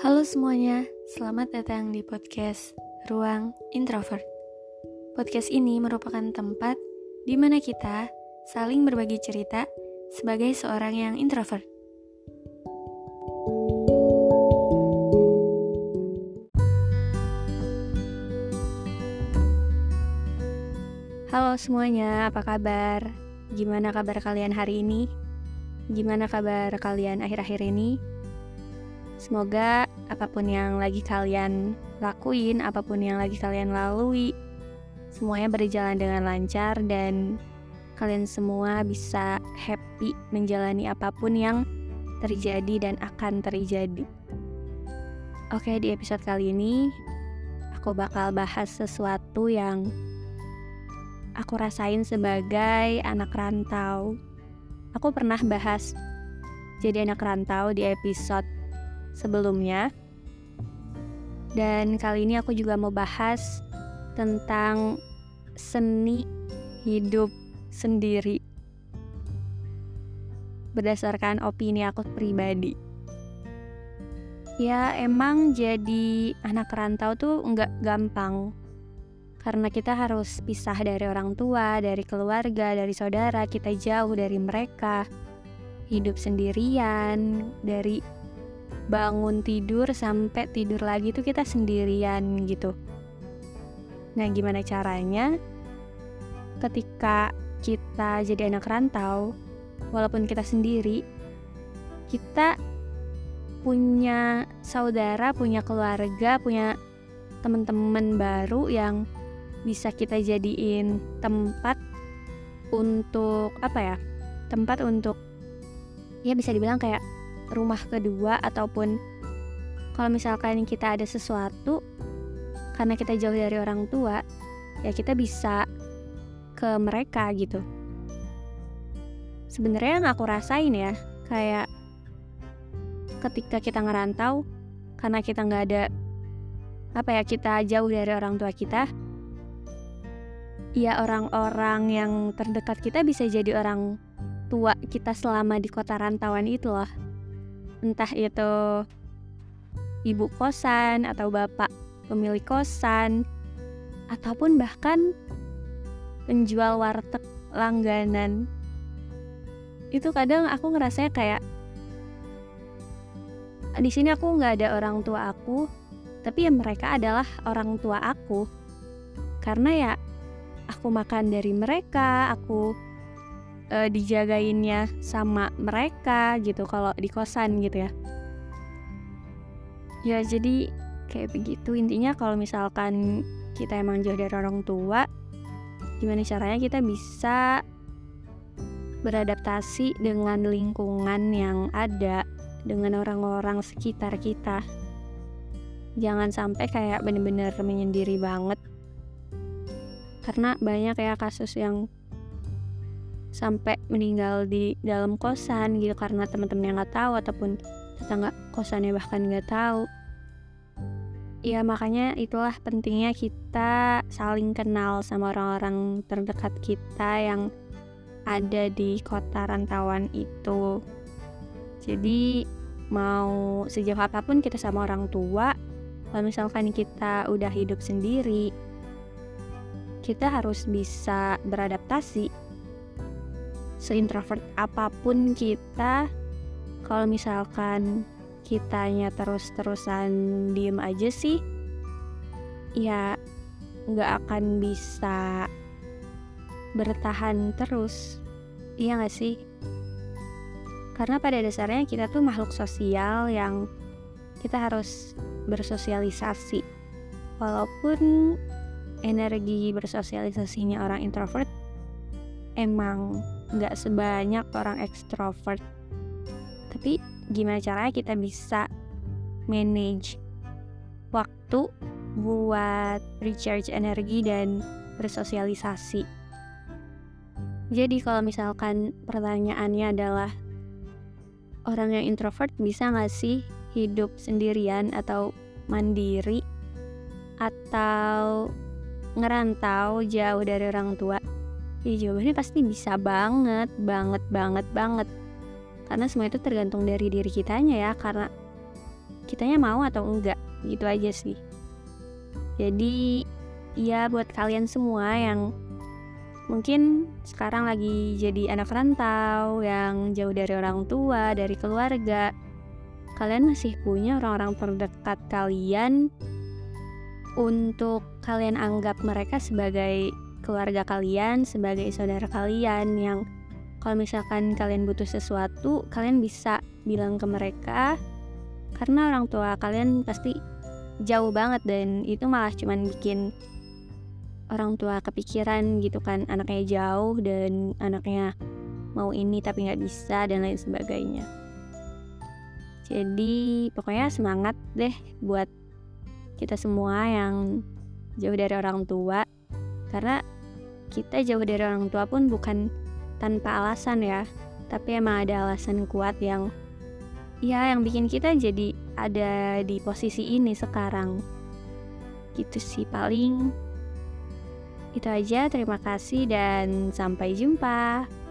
Halo semuanya, selamat datang di podcast Ruang Introvert. Podcast ini merupakan tempat di mana kita saling berbagi cerita sebagai seorang yang introvert. Halo semuanya, apa kabar? Gimana kabar kalian hari ini? Gimana kabar kalian akhir-akhir ini? Semoga apapun yang lagi kalian lakuin, apapun yang lagi kalian lalui, semuanya berjalan dengan lancar dan kalian semua bisa happy menjalani apapun yang terjadi dan akan terjadi. Oke, di episode kali ini aku bakal bahas sesuatu yang aku rasain sebagai anak rantau. Aku pernah bahas jadi anak rantau di episode sebelumnya. Dan kali ini aku juga mau bahas tentang seni hidup sendiri berdasarkan opini aku pribadi. Ya emang jadi anak rantau tuh nggak gampang, karena kita harus pisah dari orang tua, dari keluarga, dari saudara, kita jauh dari mereka, hidup sendirian, dari bangun tidur sampai tidur lagi tuh kita sendirian gitu. Nah, gimana caranya ketika kita jadi anak rantau, walaupun kita sendiri, kita punya saudara, punya keluarga, punya teman-teman baru yang bisa kita jadiin tempat untuk tempat untuk ya bisa dibilang kayak rumah kedua, ataupun kalau misalkan kita ada sesuatu karena kita jauh dari orang tua, ya kita bisa ke mereka gitu. Sebenarnya yang aku rasain ya, kayak ketika kita ngerantau, karena kita nggak ada kita jauh dari orang tua kita, ya orang-orang yang terdekat kita bisa jadi orang tua kita selama di kota rantauan itu loh. Entah itu ibu kosan atau bapak pemilik kosan, ataupun bahkan penjual warteg langganan. Itu kadang aku ngerasanya kayak di sini aku nggak ada orang tua aku, tapi ya mereka adalah orang tua aku. Karena ya aku makan dari mereka, aku dijagainnya sama mereka gitu kalau di kosan gitu ya. Ya jadi kayak begitu intinya. Kalau misalkan kita emang jauh dari orang tua, gimana caranya kita bisa beradaptasi dengan lingkungan yang ada, dengan orang-orang sekitar kita. Jangan sampai kayak bener-bener menyendiri banget, karena banyak ya kasus yang sampai meninggal di dalam kosan gitu karena teman-temannya nggak tahu, ataupun tetangga kosannya bahkan nggak tahu. Ya makanya itulah pentingnya kita saling kenal sama orang-orang terdekat kita yang ada di kota rantauan itu. Jadi mau sejauh apapun kita sama orang tua, kalau misalkan kita udah hidup sendiri, kita harus bisa beradaptasi. Se-introvert apapun kita, kalau misalkan kitanya terus-terusan diem aja sih, ya gak akan bisa bertahan terus. Iya gak sih? Karena pada dasarnya kita tuh makhluk sosial yang kita harus bersosialisasi. Walaupun energi bersosialisasinya orang introvert emang gak sebanyak orang ekstrovert, tapi gimana caranya kita bisa manage waktu buat recharge energi dan bersosialisasi. Jadi kalau misalkan pertanyaannya adalah orang yang introvert bisa gak sih hidup sendirian atau mandiri atau ngerantau jauh dari orang tua? Ya jawabannya pasti bisa banget. Karena semua itu tergantung dari diri kitanya ya. Karena kitanya mau atau enggak, gitu aja sih. Jadi ya buat kalian semua yang mungkin sekarang lagi jadi anak rantau, yang jauh dari orang tua, dari keluarga, kalian masih punya orang-orang terdekat kalian untuk kalian anggap mereka sebagai keluarga kalian, sebagai saudara kalian, yang kalau misalkan kalian butuh sesuatu, kalian bisa bilang ke mereka, karena orang tua kalian pasti jauh banget dan itu malah cuman bikin orang tua kepikiran gitu kan, anaknya jauh dan anaknya mau ini tapi nggak bisa dan lain sebagainya. Jadi pokoknya semangat deh buat kita semua yang jauh dari orang tua, karena kita jauh dari orang tua pun bukan tanpa alasan ya, tapi emang ada alasan kuat yang bikin kita jadi ada di posisi ini sekarang. Gitu sih paling. Itu aja, terima kasih dan sampai jumpa.